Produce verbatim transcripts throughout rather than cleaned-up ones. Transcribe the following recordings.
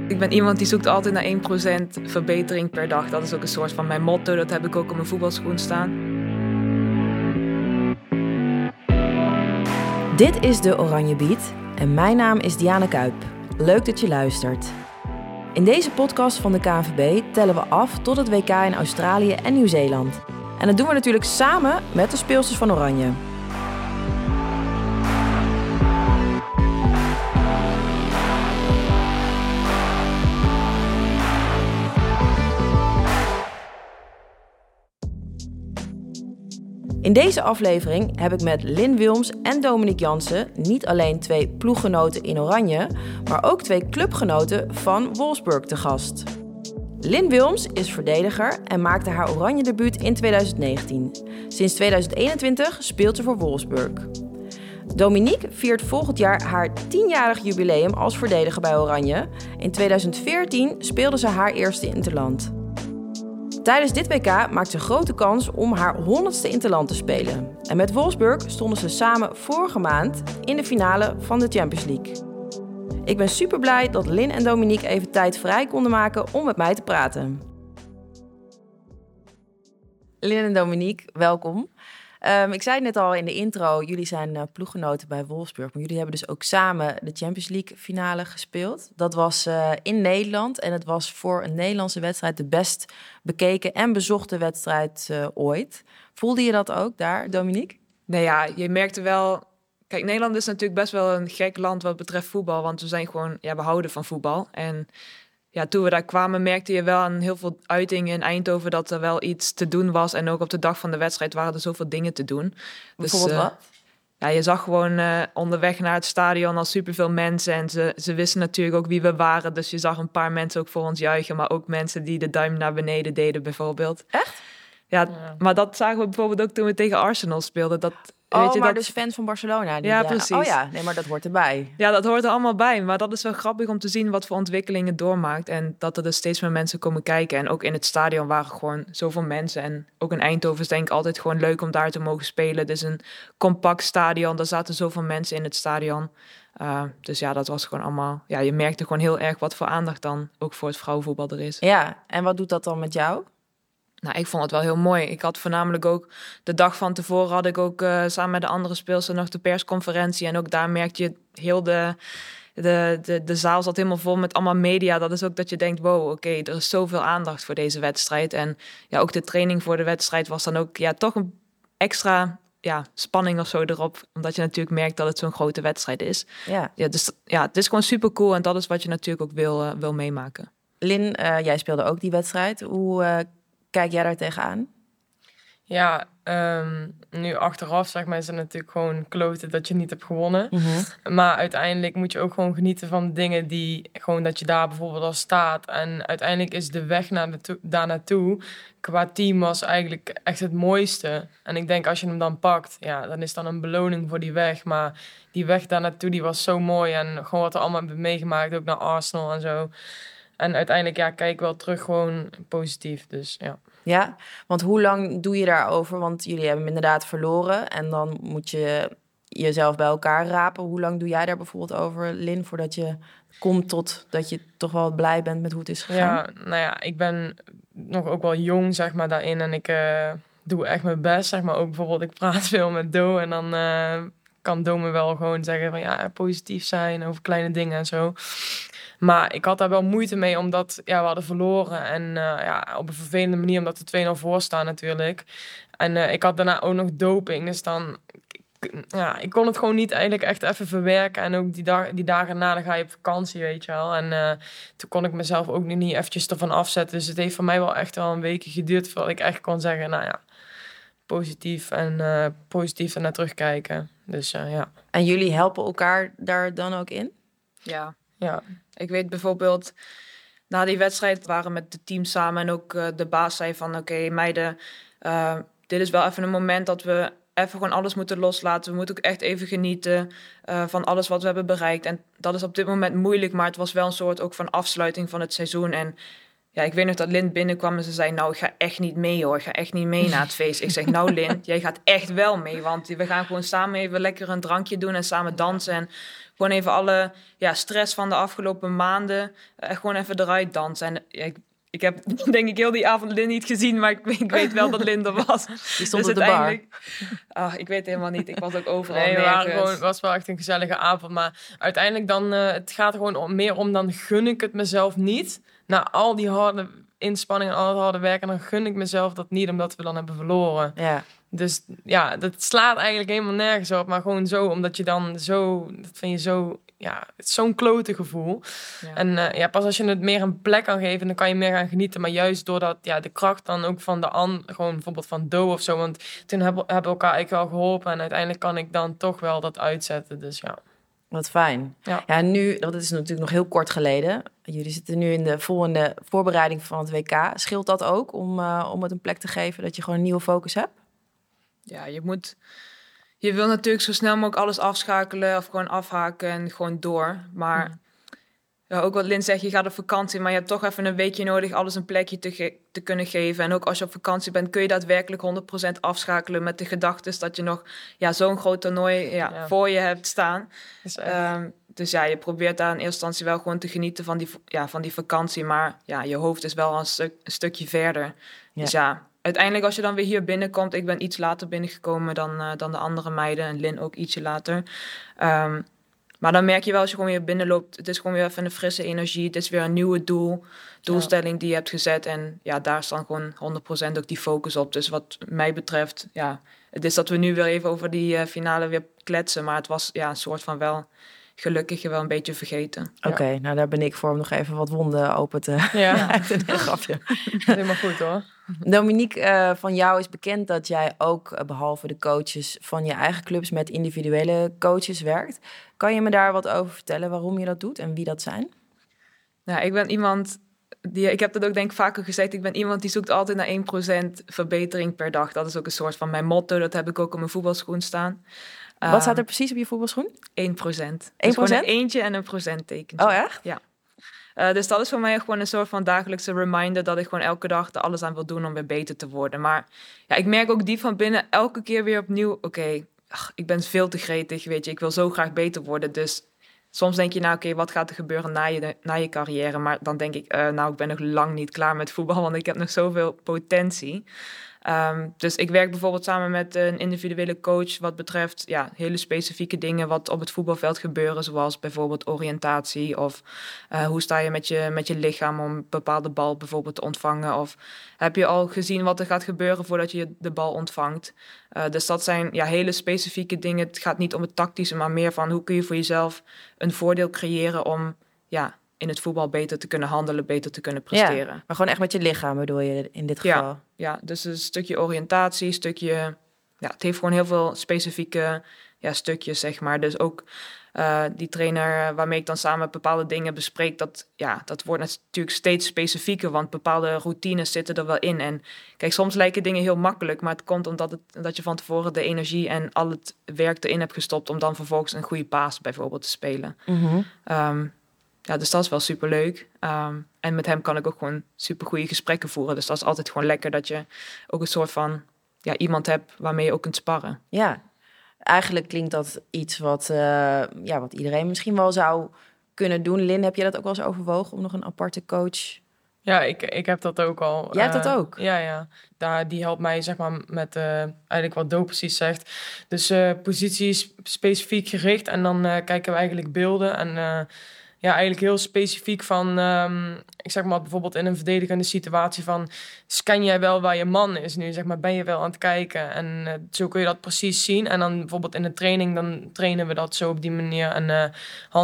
Ik ben iemand die zoekt altijd naar één procent verbetering per dag. Dat is ook een soort van mijn motto. Dat heb ik ook op mijn voetbalschoen staan. Dit is de Oranje Beat en mijn naam is Diana Kuip. Leuk dat je luistert. In deze podcast van de K N V B tellen we af tot het W K in Australië en Nieuw-Zeeland. En dat doen we natuurlijk samen met de speelsters van Oranje. In deze aflevering heb ik met Lynn Wilms en Dominique Jansen niet alleen twee ploeggenoten in Oranje, maar ook twee clubgenoten van Wolfsburg te gast. Lynn Wilms is verdediger en maakte haar Oranje debuut in twintig negentien. Sinds twintig eenentwintig speelt ze voor Wolfsburg. Dominique viert volgend jaar haar tienjarig jubileum als verdediger bij Oranje. In twintig veertien speelde ze haar eerste interland. Tijdens dit W K maakt ze grote kans om haar honderdste interland te spelen. En met Wolfsburg stonden ze samen vorige maand in de finale van de Champions League. Ik ben super blij dat Lynn en Dominique even tijd vrij konden maken om met mij te praten. Lynn en Dominique, welkom. Um, ik zei het net al in de intro, jullie zijn uh, ploeggenoten bij Wolfsburg. Maar jullie hebben dus ook samen de Champions League finale gespeeld. Dat was uh, in Nederland en het was voor een Nederlandse wedstrijd de best bekeken en bezochte wedstrijd uh, ooit. Voelde je dat ook daar, Dominique? Nee, ja, je merkte wel... Kijk, Nederland is natuurlijk best wel een gek land wat betreft voetbal. Want we zijn gewoon, ja, we houden van voetbal. En ja, toen we daar kwamen merkte je wel aan heel veel uitingen in Eindhoven dat er wel iets te doen was. En ook op de dag van de wedstrijd waren er zoveel dingen te doen. Bijvoorbeeld dus, uh, wat? Ja, je zag gewoon uh, onderweg naar het stadion al superveel mensen. En ze, ze wisten natuurlijk ook wie we waren. Dus je zag een paar mensen ook voor ons juichen. Maar ook mensen die de duim naar beneden deden bijvoorbeeld. Echt? Ja, ja. Maar dat zagen we bijvoorbeeld ook toen we tegen Arsenal speelden. Dat... Oh, Weet je, maar dat... dus fans van Barcelona. Die, ja, ja, precies. Oh ja, nee, maar dat hoort erbij. Ja, dat hoort er allemaal bij. Maar dat is wel grappig om te zien wat voor ontwikkelingen het doormaakt. En dat er dus steeds meer mensen komen kijken. En ook in het stadion waren gewoon zoveel mensen. En ook in Eindhoven is denk ik altijd gewoon leuk om daar te mogen spelen. Het is een compact stadion. Er zaten zoveel mensen in het stadion. Uh, dus ja, dat was gewoon allemaal... Ja, je merkte gewoon heel erg wat voor aandacht dan ook voor het vrouwenvoetbal er is. Ja, en wat doet dat dan met jou? Nou, ik vond het wel heel mooi. Ik had voornamelijk ook de dag van tevoren had ik ook uh, samen met de andere speelsters nog de persconferentie. En ook daar merkte je heel de, de, de, de zaal zat helemaal vol met allemaal media. Dat is ook dat je denkt, wow, oké, okay, er is zoveel aandacht voor deze wedstrijd. En ja, ook de training voor de wedstrijd was dan ook ja, toch een extra ja, spanning of zo erop. Omdat je natuurlijk merkt dat het zo'n grote wedstrijd is. Ja. Ja, dus ja, het is gewoon super cool. En dat is wat je natuurlijk ook wil, uh, wil meemaken. Lynn, uh, jij speelde ook die wedstrijd. Hoe... Uh... Kijk jij daar tegenaan? Ja, um, nu achteraf zeg maar is het natuurlijk gewoon kloten dat je niet hebt gewonnen. Mm-hmm. Maar uiteindelijk moet je ook gewoon genieten van dingen die... Gewoon dat je daar bijvoorbeeld al staat. En uiteindelijk is de weg naar de to- daar naartoe qua team was eigenlijk echt het mooiste. En ik denk als je hem dan pakt, ja, dan is dan een beloning voor die weg. Maar die weg daar naartoe, die was zo mooi. En gewoon wat we allemaal hebben meegemaakt, ook naar Arsenal en zo. En uiteindelijk, ja, kijk ik wel terug gewoon positief, dus ja. Ja, want hoe lang doe je daarover? Want jullie hebben hem inderdaad verloren en dan moet je jezelf bij elkaar rapen. Hoe lang doe jij daar bijvoorbeeld over, Lynn, voordat je komt tot dat je toch wel blij bent met hoe het is gegaan? Ja, nou ja, ik ben nog ook wel jong, zeg maar, daarin en ik uh, doe echt mijn best, zeg maar. Ook bijvoorbeeld, ik praat veel met Do en dan uh, kan Do me wel gewoon zeggen van ja, positief zijn over kleine dingen en zo. Maar ik had daar wel moeite mee, omdat ja, we hadden verloren. En uh, ja, op een vervelende manier, omdat we twee nul voor staan natuurlijk. En uh, ik had daarna ook nog doping. Dus dan, ja, ik kon het gewoon niet eigenlijk echt even verwerken. En ook die, dag, die dagen na, dan ga je op vakantie, weet je wel. En uh, toen kon ik mezelf ook niet eventjes ervan afzetten. Dus het heeft voor mij wel echt wel een weekje geduurd, voordat ik echt kon zeggen, nou ja, positief en uh, positief ernaar terugkijken. Dus uh, ja. En jullie helpen elkaar daar dan ook in? Ja. Ja. Ik weet bijvoorbeeld, na die wedstrijd waren we met het team samen en ook uh, de baas zei van oké, okay, meiden, uh, dit is wel even een moment dat we even gewoon alles moeten loslaten. We moeten ook echt even genieten uh, van alles wat we hebben bereikt. En dat is op dit moment moeilijk, maar het was wel een soort ook van afsluiting van het seizoen. En Ja, ik weet nog dat Lin binnenkwam en ze zei... nou, ik ga echt niet mee hoor, ik ga echt niet mee naar het feest. Ik zeg, nou Lin, jij gaat echt wel mee. Want we gaan gewoon samen even lekker een drankje doen en samen dansen. En gewoon even alle ja, stress van de afgelopen maanden... Uh, gewoon even eruit dansen. En ja, ik, ik heb denk ik heel die avond Lin niet gezien... maar ik, ik weet wel dat Lin er was. Die stond dus op de bar. Oh, ik weet helemaal niet, ik was ook overal Nee, we nergens. waren gewoon, het was wel echt een gezellige avond. Maar uiteindelijk dan... Uh, het gaat er gewoon om, meer om, dan gun ik het mezelf niet... Na al die harde inspanningen, al het harde werken... dan gun ik mezelf dat niet, omdat we dan hebben verloren. Ja. Dus ja, dat slaat eigenlijk helemaal nergens op. Maar gewoon zo, omdat je dan zo... Dat vind je zo... Ja, het is zo'n klote gevoel. Ja. En uh, ja, pas als je het meer een plek kan geven... dan kan je meer gaan genieten. Maar juist doordat ja, de kracht dan ook van de ander... gewoon bijvoorbeeld van Do of zo... want toen hebben we elkaar eigenlijk wel geholpen... en uiteindelijk kan ik dan toch wel dat uitzetten. Dus ja... Wat fijn. Ja. ja, nu, dat is natuurlijk nog heel kort geleden. Jullie zitten nu in de volgende voorbereiding van het W K. Scheelt dat ook om, uh, om het een plek te geven dat je gewoon een nieuwe focus hebt? Ja, je moet... Je wil natuurlijk zo snel mogelijk alles afschakelen of gewoon afhaken en gewoon door. Maar mm. ja, ook wat Lin zegt, je gaat op vakantie, maar je hebt toch even een weekje nodig alles een plekje te, ge- te kunnen geven. En ook als je op vakantie bent, kun je daadwerkelijk honderd procent afschakelen met de gedachte dat je nog ja, zo'n groot toernooi ja, ja. voor je hebt staan. Um, dus ja, je probeert daar in eerste instantie wel gewoon te genieten van die, ja, van die vakantie. Maar ja, je hoofd is wel een, stuk, een stukje verder. Ja. Dus ja, uiteindelijk als je dan weer hier binnenkomt, ik ben iets later binnengekomen dan, uh, dan de andere meiden en Lin ook ietsje later. Um, Maar dan merk je wel als je gewoon weer binnenloopt... het is gewoon weer even een frisse energie. Het is weer een nieuwe doel, doelstelling die je hebt gezet. En ja, daar is dan gewoon honderd procent ook die focus op. Dus wat mij betreft, ja... het is dat we nu weer even over die uh, finale weer kletsen. Maar het was ja, een soort van wel... gelukkig wel een beetje vergeten. Oké, okay, ja. nou daar ben ik voor om nog even wat wonden open te... Ja, echt een grapje. Helemaal goed hoor. Dominique, uh, van jou is bekend dat jij ook, uh, behalve de coaches van je eigen clubs, met individuele coaches werkt. Kan je me daar wat over vertellen waarom je dat doet en wie dat zijn? Nou, ik ben iemand die, ik heb dat ook denk ik vaker gezegd, ik ben iemand die zoekt altijd naar één procent verbetering per dag. Dat is ook een soort van mijn motto, dat heb ik ook op mijn voetbalschoen staan. Wat um, staat er precies op je voetbalschoen? één procent. één procent? Dus gewoon een eentje en een procentteken. Oh, echt? Ja. Uh, dus dat is voor mij gewoon een soort van dagelijkse reminder dat ik gewoon elke dag er alles aan wil doen om weer beter te worden. Maar ja, ik merk ook diep van binnen elke keer weer opnieuw, oké, okay, ik ben veel te gretig, weet je, ik wil zo graag beter worden. Dus soms denk je, nou oké, okay, wat gaat er gebeuren na je, na je carrière? Maar dan denk ik, uh, nou, ik ben nog lang niet klaar met voetbal, want ik heb nog zoveel potentie. Um, dus ik werk bijvoorbeeld samen met een individuele coach wat betreft ja, hele specifieke dingen wat op het voetbalveld gebeuren, zoals bijvoorbeeld oriëntatie of uh, hoe sta je met je met je lichaam om een bepaalde bal bijvoorbeeld te ontvangen, of heb je al gezien wat er gaat gebeuren voordat je de bal ontvangt. Uh, dus dat zijn ja, hele specifieke dingen. Het gaat niet om het tactische, maar meer van hoe kun je voor jezelf een voordeel creëren om ja, in het voetbal beter te kunnen handelen, beter te kunnen presteren. Ja, maar gewoon echt met je lichaam bedoel je in dit geval? Ja, ja, dus een stukje oriëntatie, een stukje... Ja, het heeft gewoon heel veel specifieke ja, stukjes, zeg maar. Dus ook uh, die trainer waarmee ik dan samen bepaalde dingen bespreek, dat, ja, dat wordt natuurlijk steeds specifieker, want bepaalde routines zitten er wel in. En kijk, soms lijken dingen heel makkelijk, maar het komt omdat het, dat je van tevoren de energie en al het werk erin hebt gestopt om dan vervolgens een goede paas bijvoorbeeld te spelen. Mm-hmm. Um, Ja, dus dat is wel superleuk. Um, en met hem kan ik ook gewoon supergoeie gesprekken voeren. Dus dat is altijd gewoon lekker dat je ook een soort van ja, iemand hebt waarmee je ook kunt sparren. Ja, eigenlijk klinkt dat iets wat, uh, ja, wat iedereen misschien wel zou kunnen doen. Lin, heb je dat ook wel eens overwogen om nog een aparte coach? Ja, ik, ik heb dat ook al. Jij hebt uh, dat ook? Ja, ja. Daar, die helpt mij zeg maar met uh, eigenlijk wat Do precies zegt. Dus uh, posities specifiek gericht en dan uh, kijken we eigenlijk beelden en... Uh, Ja, eigenlijk heel specifiek van, um, ik zeg maar bijvoorbeeld in een verdedigende situatie van, scan jij wel waar je man is nu, zeg maar, ben je wel aan het kijken? En uh, zo kun je dat precies zien. En dan bijvoorbeeld in de training, dan trainen we dat zo op die manier. En uh,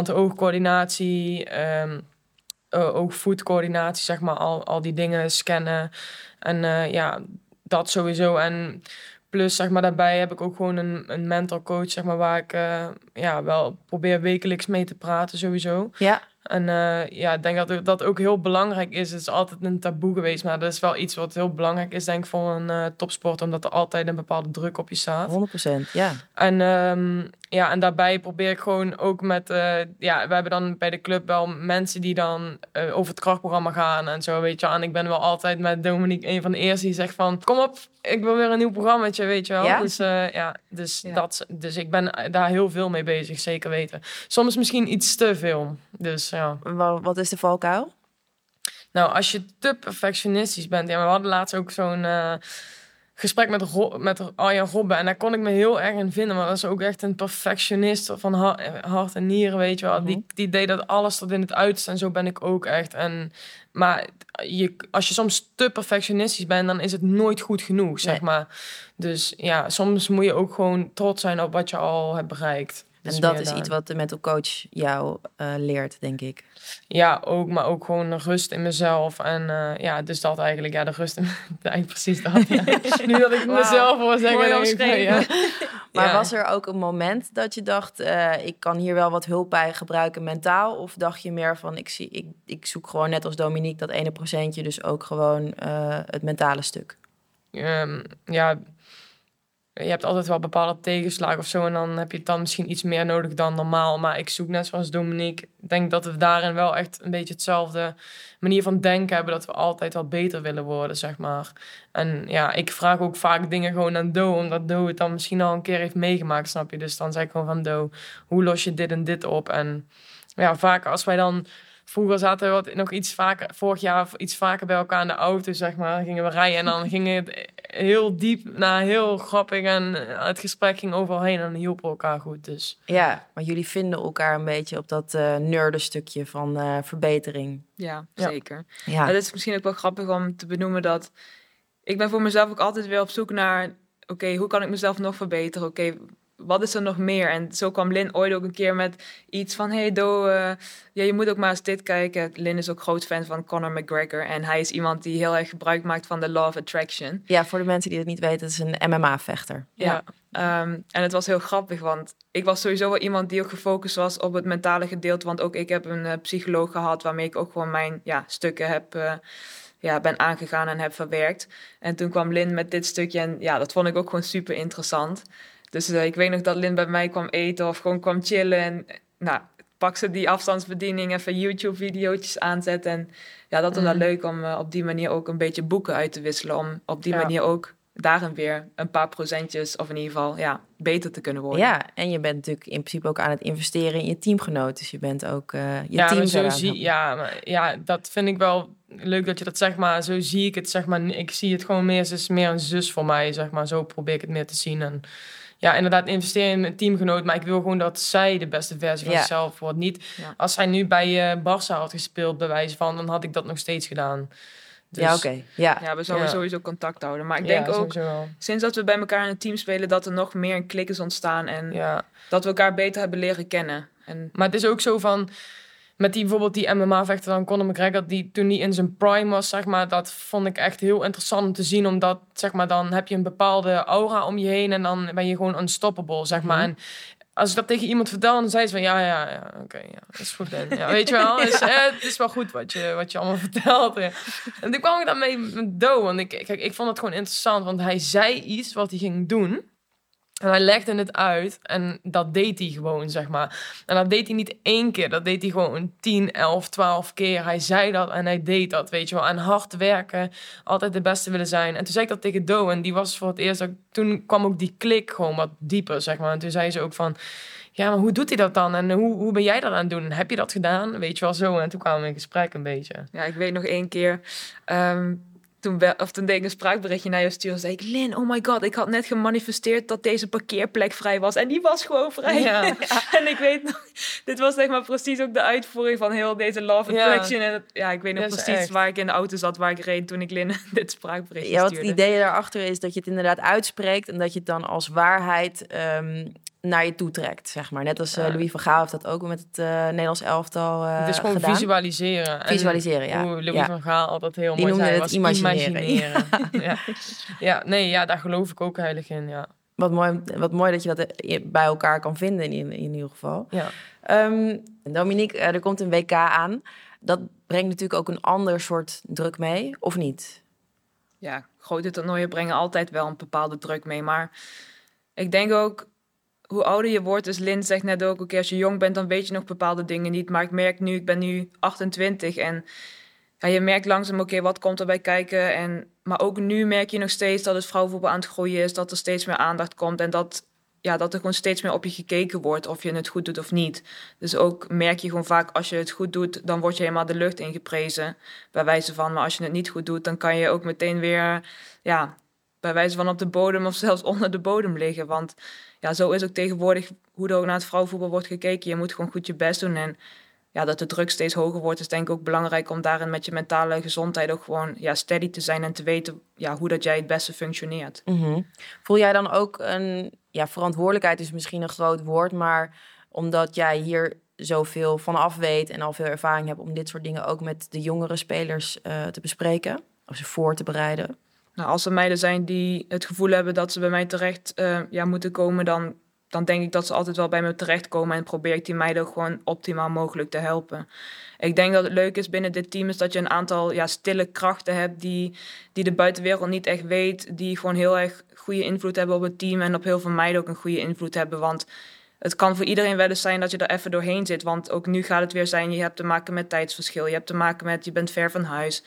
hand-oogcoördinatie, um, uh, oog-voetcoördinatie, zeg maar, al, al die dingen scannen. En uh, ja, dat sowieso. En plus, zeg maar, daarbij heb ik ook gewoon een, een mental coach, zeg maar, waar ik uh, ja, wel probeer wekelijks mee te praten, sowieso. Ja. En uh, ja, ik denk dat dat ook heel belangrijk is. Het is altijd een taboe geweest, maar dat is wel iets wat heel belangrijk is, denk ik, voor een uh, topsport, omdat er altijd een bepaalde druk op je staat. honderd procent, ja. En, um, ja, en daarbij probeer ik gewoon ook met... Uh, ja, we hebben dan bij de club wel mensen die dan uh, over het krachtprogramma gaan en zo, weet je. En ik ben wel altijd met Dominique een van de eerste die zegt van, kom op, ik wil weer een nieuw programmaatje, weet je wel. Ja? Dus, uh, ja, dus, ja. Dat, dus ik ben daar heel veel mee bezig, zeker weten. Soms misschien iets te veel, dus ja. Wat is de valkuil? Nou, als je te perfectionistisch bent... Ja, we hadden laatst ook zo'n uh, gesprek met, Ro- met Arjan Robben... en daar kon ik me heel erg in vinden. Maar dat is ook echt een perfectionist van ha- hart en nieren, weet je wel. Mm-hmm. Die, die deed dat alles tot in het uiterste en zo ben ik ook echt. En, maar je, als je soms te perfectionistisch bent... dan is het nooit goed genoeg, zeg nee. maar. Dus ja, soms moet je ook gewoon trots zijn op wat je al hebt bereikt. En dus dat is daar. Iets wat de mental coach jou uh, leert, denk ik. Ja, ook, maar ook gewoon rust in mezelf. En uh, ja, dus dat eigenlijk, ja, de rust in eigenlijk precies dat. Ja. Nu dat ik wow. mezelf hoor zeggen. Mooi omschreven. Ja. Maar ja. was er ook een moment dat je dacht, uh, ik kan hier wel wat hulp bij gebruiken mentaal? Of dacht je meer van, ik, zie, ik, ik zoek gewoon net als Dominique dat ene procentje, dus ook gewoon uh, het mentale stuk? Um, ja... Je hebt altijd wel bepaalde tegenslagen of zo... en dan heb je het dan misschien iets meer nodig dan normaal. Maar ik zoek net zoals Dominique... Ik denk dat we daarin wel echt een beetje hetzelfde manier van denken hebben... dat we altijd wel beter willen worden, zeg maar. En ja, ik vraag ook vaak dingen gewoon aan Do... omdat Do het dan misschien al een keer heeft meegemaakt, snap je? Dus dan zeg ik gewoon van Do... hoe los je dit en dit op? En ja, vaak als wij dan... Vroeger zaten we wat, nog iets vaker, vorig jaar iets vaker bij elkaar in de auto, zeg maar. Gingen we rijden en dan ging het heel diep, nou, heel grappig. En het gesprek ging overal heen en hielpen we elkaar goed. Dus. Ja, maar jullie vinden elkaar een beetje op dat uh, nerdenstukje van uh, verbetering. Ja, zeker. Ja. Ja. Het is misschien ook wel grappig om te benoemen dat... Ik ben voor mezelf ook altijd weer op zoek naar... Oké, okay, hoe kan ik mezelf nog verbeteren? Oké, okay, wat is er nog meer? En zo kwam Lin ooit ook een keer met iets van... Hey Do, uh, ja, je moet ook maar eens dit kijken. Lin is ook groot fan van Conor McGregor. En hij is iemand die heel erg gebruik maakt van de law of attraction. Ja, voor de mensen die het niet weten, het is een M M A-vechter. Ja, ja. Um, en het was heel grappig, want ik was sowieso wel iemand die ook gefocust was op het mentale gedeelte. Want ook ik heb een uh, psycholoog gehad waarmee ik ook gewoon mijn ja, stukken heb... Uh, ja, ben aangegaan en heb verwerkt. En toen kwam Lin met dit stukje en ja, dat vond ik ook gewoon super interessant. Dus uh, ik weet nog dat Lin bij mij kwam eten of gewoon kwam chillen. En nou, pak ze die afstandsbediening, even YouTube-videootjes aanzetten. En ja, dat was mm. wel leuk om uh, op die manier ook een beetje boeken uit te wisselen. Om op die ja. manier ook daarin weer een paar procentjes, of in ieder geval ja, beter te kunnen worden. Ja, en je bent natuurlijk in principe ook aan het investeren in je teamgenoot. Dus je bent ook uh, je ja, team zo zie, ja, maar, ja, dat vind ik wel leuk dat je dat zegt, maar zo zie ik het, zeg maar. Ik zie het gewoon meer, ze is meer een zus voor mij, zeg maar. Zo probeer ik het meer te zien. En ja, inderdaad, investeren in mijn teamgenoot. Maar ik wil gewoon dat zij de beste versie van ja. zichzelf wordt. Niet ja. als zij nu bij uh, Barça had gespeeld, bij wijze van, dan had ik dat nog steeds gedaan. Dus, ja, oké. Okay. Ja. ja, we zouden ja. sowieso contact houden. Maar ik ja, denk ook, sinds dat we bij elkaar in een team spelen, dat er nog meer een klik is ontstaan. En ja. dat we elkaar beter hebben leren kennen. En maar het is ook zo van... Met die bijvoorbeeld die M M A-vechter dan Conor McGregor, die toen die in zijn prime was, zeg maar, dat vond ik echt heel interessant om te zien, omdat, zeg maar, dan heb je een bepaalde aura om je heen en dan ben je gewoon unstoppable, zeg maar. Mm-hmm. En als ik dat tegen iemand vertel, dan zei ze van, ja, ja, ja, oké, okay, ja, dat is goed. En, ja, weet je wel, dus, eh, het is wel goed wat je, wat je allemaal vertelt. Ja. En toen kwam ik dan mee met Do, want ik, kijk, ik vond het gewoon interessant, want hij zei iets wat hij ging doen. En hij legde het uit en dat deed hij gewoon, zeg maar. En dat deed hij niet één keer, dat deed hij gewoon tien, elf, twaalf keer. Hij zei dat en hij deed dat, weet je wel. En hard werken, altijd de beste willen zijn. En toen zei ik dat tegen Do en die was voor het eerst... Dat, toen kwam ook die klik gewoon wat dieper, zeg maar. En toen zei ze ook van... Ja, maar hoe doet hij dat dan? En hoe, hoe ben jij dat aan het doen? Heb je dat gedaan? Weet je wel, zo. En toen kwamen we in gesprek een beetje. Ja, ik weet nog één keer... Um... Toen, be- of toen deed ik een spraakberichtje naar je sturen. Zei ik, Lin, oh my god, ik had net gemanifesteerd dat deze parkeerplek vrij was. En die was gewoon vrij. Ja. Ja. En ik weet nog, dit was zeg maar precies ook de uitvoering van heel deze love attraction. Ja. En het, ja, ik weet nog precies echt. waar ik in de auto zat, waar ik reed toen ik Lin dit spraakberichtje ja, stuurde. Ja, wat het idee daarachter is dat je het inderdaad uitspreekt en dat je het dan als waarheid um, naar je toe trekt, zeg maar. Net als uh, Louis van Gaal heeft dat ook met het uh, Nederlands elftal uh, Het is gewoon gedaan. visualiseren. Visualiseren, ja. Hoe Louis ja. van Gaal altijd heel Die mooi zei, het was imagineren. imagineren. ja. ja, nee, ja, daar geloof ik ook heilig in, ja. Wat mooi, wat mooi dat je dat bij elkaar kan vinden in, in ieder geval. Ja. Um, Dominique, er komt een W K aan. Dat brengt natuurlijk ook een ander soort druk mee, of niet? Ja, grote toernooien brengen altijd wel een bepaalde druk mee. Maar ik denk ook, hoe ouder je wordt, dus Lin zegt net ook, oké, okay, als je jong bent, dan weet je nog bepaalde dingen niet. Maar ik merk nu, ik ben nu achtentwintig en ja, je merkt langzaam, oké, okay, wat komt erbij kijken? En, maar ook nu merk je nog steeds dat het vrouwenvoetbal aan het groeien is, dat er steeds meer aandacht komt en dat, ja, dat er gewoon steeds meer op je gekeken wordt of je het goed doet of niet. Dus ook merk je gewoon vaak, als je het goed doet, dan word je helemaal de lucht ingeprezen, bij wijze van. Maar als je het niet goed doet, dan kan je ook meteen weer, ja, bij wijze van op de bodem of zelfs onder de bodem liggen. Want ja, zo is ook tegenwoordig hoe er ook naar het vrouwenvoetbal wordt gekeken. Je moet gewoon goed je best doen en ja, dat de druk steeds hoger wordt, is denk ik ook belangrijk om daarin met je mentale gezondheid ook gewoon ja, steady te zijn en te weten ja, hoe dat jij het beste functioneert. Mm-hmm. Voel jij dan ook een ja, verantwoordelijkheid is misschien een groot woord, maar omdat jij hier zoveel van af weet en al veel ervaring hebt om dit soort dingen ook met de jongere spelers uh, te bespreken, of ze voor te bereiden? Nou, als er meiden zijn die het gevoel hebben dat ze bij mij terecht uh, ja, moeten komen, dan dan denk ik dat ze altijd wel bij me terechtkomen en probeer ik die meiden ook gewoon optimaal mogelijk te helpen. Ik denk dat het leuk is binnen dit team is dat je een aantal ja, stille krachten hebt die, die de buitenwereld niet echt weet, die gewoon heel erg goede invloed hebben op het team en op heel veel meiden ook een goede invloed hebben, want het kan voor iedereen wel eens zijn dat je er even doorheen zit, want ook nu gaat het weer zijn, je hebt te maken met tijdsverschil, je hebt te maken met, je bent ver van huis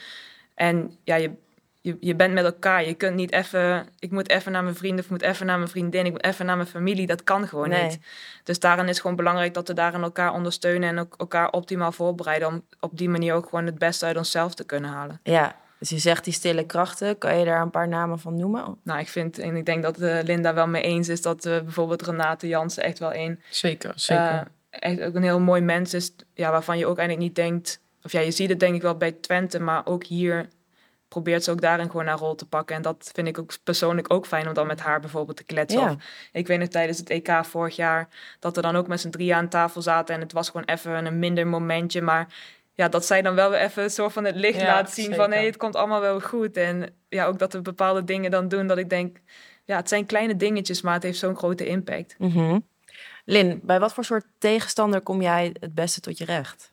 en ja, je Je, je bent met elkaar. Je kunt niet even, ik moet even naar mijn vrienden of ik moet even naar mijn vriendin, ik moet even naar mijn familie. Dat kan gewoon nee. niet. Dus daarin is het gewoon belangrijk dat we daarin elkaar ondersteunen en ook elkaar optimaal voorbereiden om op die manier ook gewoon het beste uit onszelf te kunnen halen. Ja, dus je zegt die stille krachten. Kan je daar een paar namen van noemen? Nou, ik vind en ik denk dat uh, Linda wel mee eens is dat uh, bijvoorbeeld Renate Jansen echt wel een zeker, zeker. Uh, echt ook een heel mooi mens is, ja, waarvan je ook eigenlijk niet denkt, of ja, je ziet het denk ik wel bij Twente, maar ook hier probeert ze ook daarin gewoon haar rol te pakken. En dat vind ik ook persoonlijk ook fijn om dan met haar bijvoorbeeld te kletsen. Ja. Of, ik weet nog tijdens het E K vorig jaar dat we dan ook met z'n drieën aan tafel zaten en het was gewoon even een minder momentje, maar ja, dat zij dan wel weer even een soort van het licht ja, laat zien zeker. Van hé, hey, het komt allemaal wel goed. En ja, ook dat we bepaalde dingen dan doen dat ik denk, ja, het zijn kleine dingetjes, maar het heeft zo'n grote impact. Mm-hmm. Lin, bij wat voor soort tegenstander kom jij het beste tot je recht?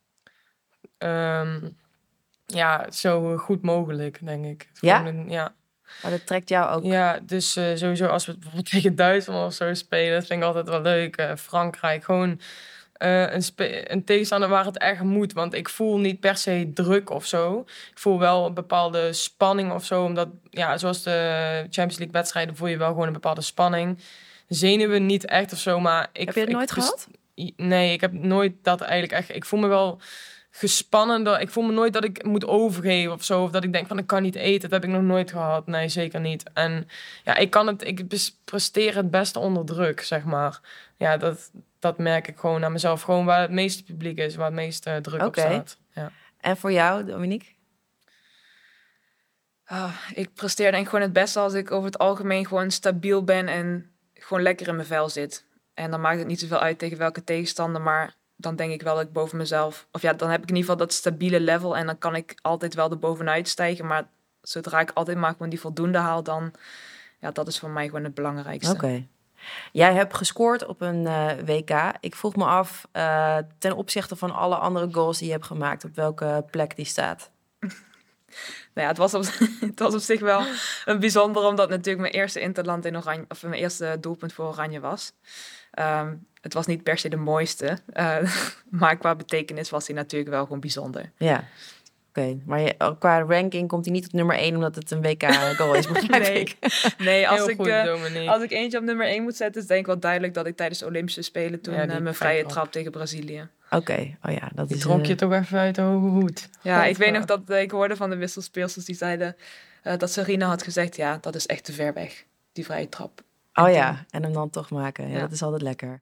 Um... Ja, zo goed mogelijk, denk ik. Ja? Een, ja. Maar dat trekt jou ook? Ja, dus uh, sowieso als we bijvoorbeeld tegen Duitsland of zo spelen, dat vind ik altijd wel leuk. Uh, Frankrijk, gewoon uh, een, spe- een tegenstander waar het echt moet. Want ik voel niet per se druk of zo. Ik voel wel een bepaalde spanning of zo. Omdat, ja, zoals de Champions League wedstrijden voel je wel gewoon een bepaalde spanning. Zenuwen niet echt of zo, maar... Ik, Heb je het ik, nooit ik, gehad? Nee, ik heb nooit dat eigenlijk echt... Ik voel me wel... gespannen. Ik voel me nooit dat ik moet overgeven of zo. Of dat ik denk van ik kan niet eten. Dat heb ik nog nooit gehad. Nee, zeker niet. En ja, ik kan het... Ik presteer het beste onder druk, zeg maar. Ja, dat, dat merk ik gewoon aan mezelf. Gewoon waar het meeste publiek is. Waar het meeste druk okay. op staat. Ja. En voor jou, Dominique? Oh, ik presteer denk ik gewoon het beste als ik over het algemeen gewoon stabiel ben en gewoon lekker in mijn vel zit. En dan maakt het niet zoveel uit tegen welke tegenstander, maar dan denk ik wel dat ik boven mezelf... Of ja, dan heb ik in ieder geval dat stabiele level en dan kan ik altijd wel er bovenuit stijgen. Maar zodra ik altijd maar gewoon die voldoende haal, dan... Ja, dat is voor mij gewoon het belangrijkste. Oké. Okay. Jij hebt gescoord op een uh, W K. Ik vroeg me af, uh, ten opzichte van alle andere goals die je hebt gemaakt, op welke plek die staat? Nou ja, het was, op, het was op zich wel een bijzonder, omdat natuurlijk mijn eerste interland in Oranje, of mijn eerste doelpunt voor Oranje was. Um, het was niet per se de mooiste, uh, maar qua betekenis was hij natuurlijk wel gewoon bijzonder. Ja, oké. Okay. Maar je, qua ranking komt hij niet op nummer één omdat het een W K-goal is, begrijp nee. ik. Nee, als ik, goed, uh, als ik eentje op nummer één moet zetten, is denk ik wel duidelijk dat ik tijdens de Olympische Spelen toen ja, uh, mijn vrije trap tegen Brazilië. Oké, okay. oh ja, dat die is... trok uh... je toch even uit de hoge hoed. Ja, dat ik weet nog dat uh, ik hoorde van de wisselspeelsters die zeiden uh, dat Serena had gezegd, ja, dat is echt te ver weg, die vrije trap. En oh toen... ja, en hem dan toch maken. Ja, ja. Dat is altijd lekker.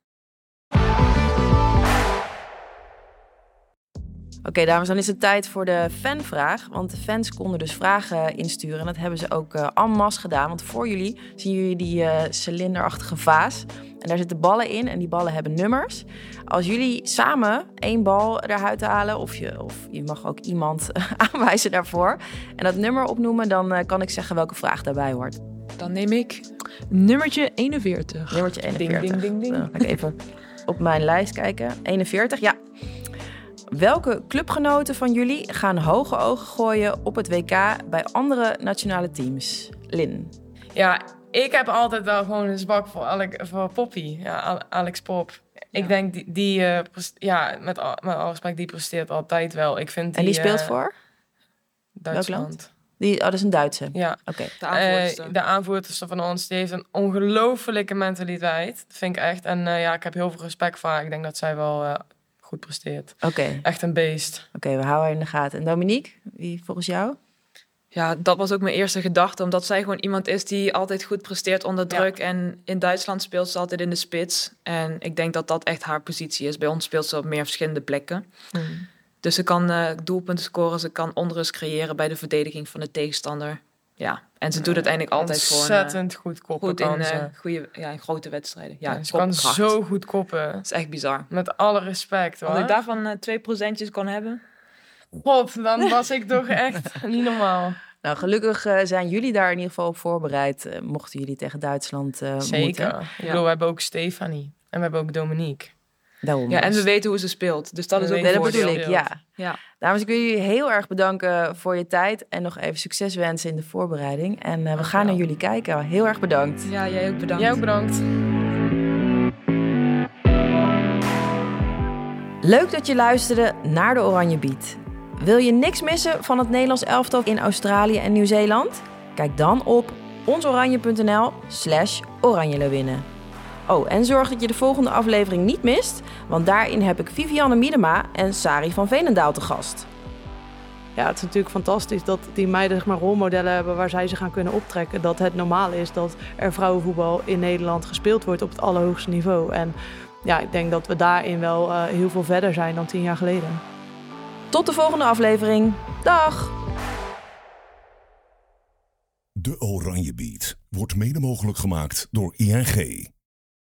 Oké, okay, dames, dan is het tijd voor de fanvraag. Want de fans konden dus vragen insturen. En dat hebben ze ook uh, en masse gedaan. Want voor jullie zien jullie die uh, cilinderachtige vaas. En daar zitten ballen in. En die ballen hebben nummers. Als jullie samen één bal eruit halen... of je, of je mag ook iemand aanwijzen daarvoor... en dat nummer opnoemen... dan uh, kan ik zeggen welke vraag daarbij hoort. Dan neem ik nummertje eenenveertig. Nummertje eenenveertig. Ding, ding, ding, ding. Dan ga ik even op mijn lijst kijken. eenenveertig, ja. Welke clubgenoten van jullie gaan hoge ogen gooien op het W K bij andere nationale teams? Lin. Ja, ik heb altijd wel gewoon een zwak voor, Alec, voor Poppy. Ja, Alex Pop. Ik Ja. denk, denk, die, die uh, prest- ja, met, al, met alle respect, die presteert altijd wel. Ik vind die, En die speelt uh, voor? Duitsland. Die, oh, dat is een Duitse. Ja. Oké. de aanvoerster. Uh, de aanvoerster van ons, die heeft een ongelofelijke mentaliteit. Dat vind ik echt. En uh, ja, ik heb heel veel respect voor haar. Ik denk dat zij wel uh, goed presteert. Oké, okay. Echt een beest. Oké, okay, we houden haar in de gaten. En Dominique, wie volgens jou? Ja, dat was ook mijn eerste gedachte. Omdat zij gewoon iemand is die altijd goed presteert onder druk. Ja. En in Duitsland speelt ze altijd in de spits. En ik denk dat dat echt haar positie is. Bij ons speelt ze op meer verschillende plekken. Hmm. Dus ze kan uh, doelpunten scoren. Ze kan onrust creëren bij de verdediging van de tegenstander. Ja, en ze doet het uiteindelijk altijd voor ontzettend goed koppen. Goed in, uh, goede, ja, in grote wedstrijden. Ja, ja, ze kan zo goed koppen. Dat is echt bizar. Met alle respect, hoor. Als ik daarvan uh, twee procentjes kon hebben. God, dan was ik toch echt niet normaal. Nou, gelukkig uh, zijn jullie daar in ieder geval op voorbereid. Uh, mochten jullie tegen Duitsland uh, Zeker. moeten. Ik ja. bedoel, we hebben ook Stefanie. En we hebben ook Dominique. Daarom ja, en we weten hoe ze speelt. Dus dat we is ook een dat bedoel ik, ja. ja. Dames, ik wil jullie heel erg bedanken voor je tijd. En nog even succes wensen in de voorbereiding. En uh, we gaan naar jullie kijken. Heel erg bedankt. Ja, jij ook bedankt. Jij ook bedankt. Leuk dat je luisterde naar de Oranje Beat. Wil je niks missen van het Nederlands elftal in Australië en Nieuw-Zeeland? Kijk dan op onsoranje.nl slash oranjelewinnen. Oh, en zorg dat je de volgende aflevering niet mist, want daarin heb ik Vivianne Miedema en Sari van Veenendaal te gast. Ja, het is natuurlijk fantastisch dat die meiden zeg maar, rolmodellen hebben waar zij zich aan kunnen optrekken. Dat het normaal is dat er vrouwenvoetbal in Nederland gespeeld wordt op het allerhoogste niveau. En ja, ik denk dat we daarin wel uh, heel veel verder zijn dan tien jaar geleden. Tot de volgende aflevering. Dag! De Oranje Beat wordt mede mogelijk gemaakt door I N G.